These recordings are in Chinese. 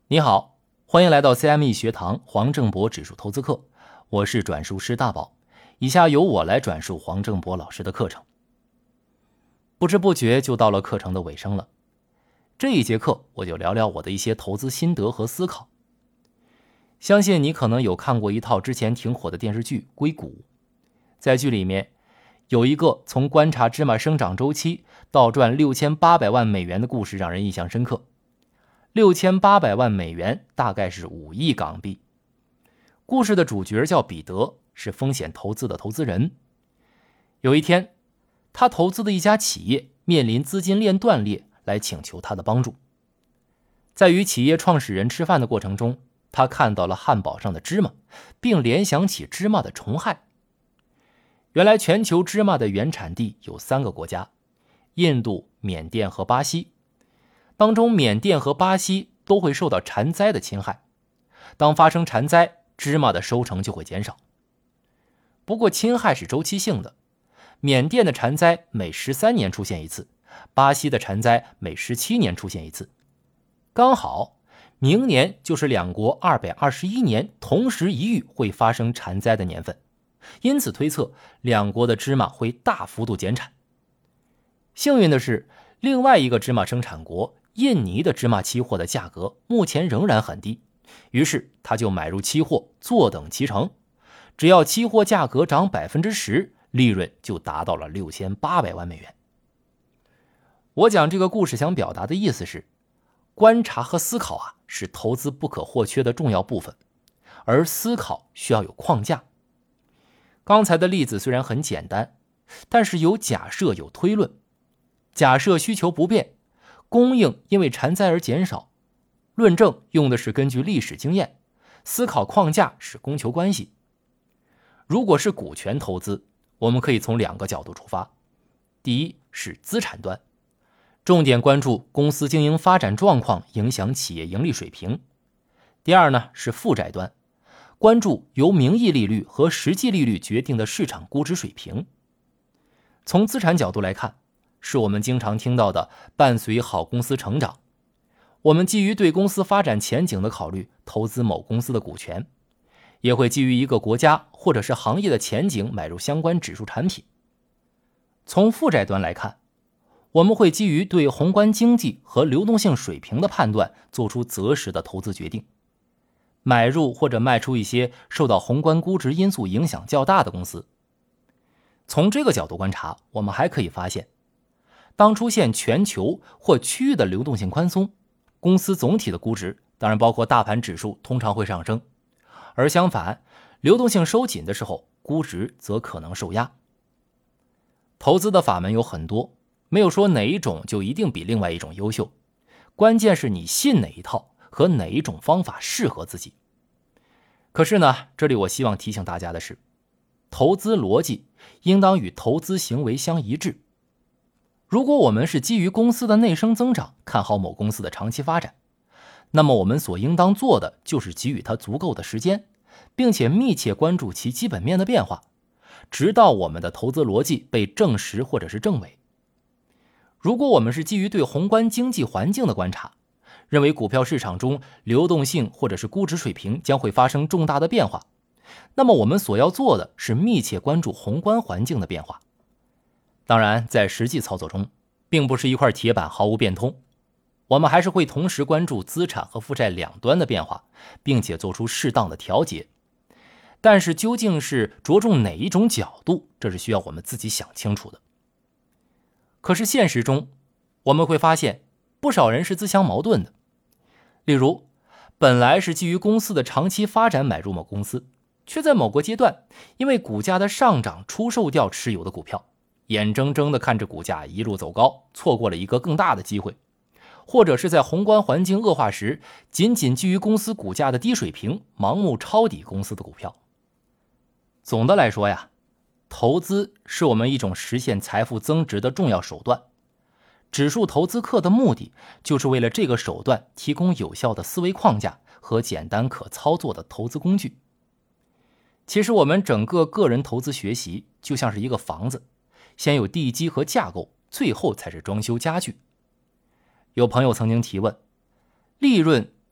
你好，欢迎来到 CME 学堂黄正博指数投资课，我是转述师大宝，以下由我来转述黄正博老师的课程。不知不觉就到了课程的尾声了，这一节课我就聊聊我的一些投资心得和思考。相信你可能有看过一套之前挺火的电视剧《硅谷》，在剧里面有一个从观察芝麻生长周期到赚6800万美元的故事让人印象深刻。6800万美元大概是5亿港币。故事的主角叫彼得，是风险投资的投资人。有一天，他投资的一家企业面临资金链断裂，来请求他的帮助。在与企业创始人吃饭的过程中，他看到了汉堡上的芝麻，并联想起芝麻的虫害。原来全球芝麻的原产地有3个国家：印度、缅甸和巴西。当中缅甸和巴西都会受到蝉灾的侵害，当发生蝉灾，芝麻的收成就会减少。不过侵害是周期性的，缅甸的蝉灾每13年出现一次，巴西的蝉灾每17年出现一次。刚好明年就是两国221年同时一遇会发生蝉灾的年份，因此推测两国的芝麻会大幅度减产。幸运的是，另外一个芝麻生产国印尼的芝麻期货的价格目前仍然很低，于是他就买入期货，坐等其成。只要期货价格涨 10%， 利润就达到了6800万美元。我讲这个故事想表达的意思是，观察和思考是投资不可或缺的重要部分，而思考需要有框架。刚才的例子虽然很简单，但是有假设有推论。假设需求不变，供应因为蝉灾而减少，论证用的是根据历史经验，思考框架是供求关系。如果是股权投资，我们可以从2个角度出发。第一是资产端，重点关注公司经营发展状况影响企业盈利水平。第二呢是负债端，关注由名义利率和实际利率决定的市场估值水平。从资产角度来看，是我们经常听到的伴随好公司成长。我们基于对公司发展前景的考虑，投资某公司的股权，也会基于一个国家或者是行业的前景买入相关指数产品。从负债端来看，我们会基于对宏观经济和流动性水平的判断，做出择时的投资决定，买入或者卖出一些受到宏观估值因素影响较大的公司。从这个角度观察，我们还可以发现，当出现全球或区域的流动性宽松，公司总体的估值，当然包括大盘指数，通常会上升。而相反，流动性收紧的时候，估值则可能受压。投资的法门有很多，没有说哪一种就一定比另外一种优秀，关键是你信哪一套和哪一种方法适合自己。可是呢，这里我希望提醒大家的是，投资逻辑应当与投资行为相一致。如果我们是基于公司的内生增长，看好某公司的长期发展，那么我们所应当做的就是给予它足够的时间，并且密切关注其基本面的变化，直到我们的投资逻辑被证实或者是证伪。如果我们是基于对宏观经济环境的观察，认为股票市场中流动性或者是估值水平将会发生重大的变化，那么我们所要做的是密切关注宏观环境的变化。当然，在实际操作中，并不是一块铁板毫无变通，我们还是会同时关注资产和负债两端的变化，并且做出适当的调节。但是究竟是着重哪一种角度，这是需要我们自己想清楚的。可是现实中，我们会发现不少人是自相矛盾的。例如，本来是基于公司的长期发展买入某公司，却在某个阶段因为股价的上涨出售掉持有的股票，眼睁睁地看着股价一路走高，错过了一个更大的机会。或者是在宏观环境恶化时，仅仅基于公司股价的低水平，盲目抄底公司的股票。总的来说呀，投资是我们一种实现财富增值的重要手段。指数投资课的目的，就是为了这个手段提供有效的思维框架和简单可操作的投资工具。其实我们整个个人投资学习就像是一个房子，先有地基和架构，最后才是装修家具。有朋友曾经提问，利润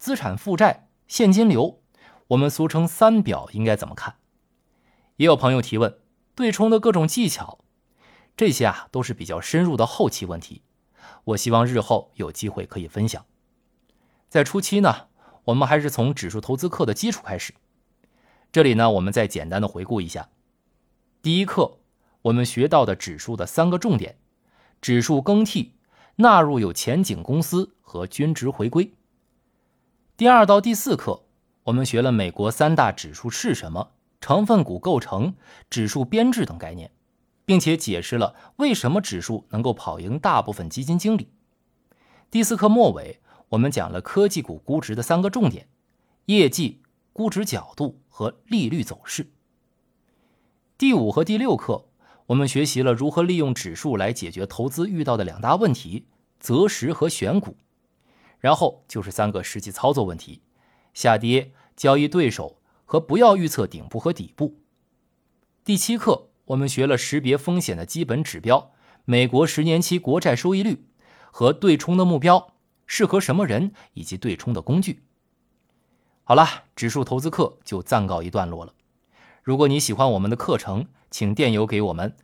资产负债、现金流，我们俗称三表应该怎么看？也有朋友提问对冲的各种技巧，这些都是比较深入的后期问题，我希望日后有机会可以分享。在初期呢，我们还是从指数投资课的基础开始。这里呢，我们再简单的回顾一下。第一课，我们学到的指数的3个重点：指数更替、纳入有前景公司和均值回归。第2到第4课，我们学了美国3大指数是什么、成分股构成、指数编制等概念，并且解释了为什么指数能够跑赢大部分基金经理。第4课末尾，我们讲了科技股估值的3个重点：业绩、估值角度和利率走势。第5和第6课，我们学习了如何利用指数来解决投资遇到的2大问题：择时和选股。然后就是3个实际操作问题：下跌、交易对手和不要预测顶部和底部。第7课，我们学了识别风险的基本指标，美国10年期国债收益率和对冲的目标，适合什么人以及对冲的工具。好了，指数投资课就暂告一段落了。如果你喜欢我们的课程，请电邮给我们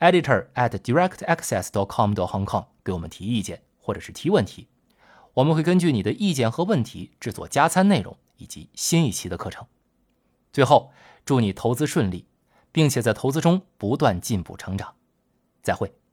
editor@directaccess.com.hk 给我们提意见或者是提问题，我们会根据你的意见和问题制作加餐内容以及新一期的课程。最后，祝你投资顺利，并且在投资中不断进步成长。再会。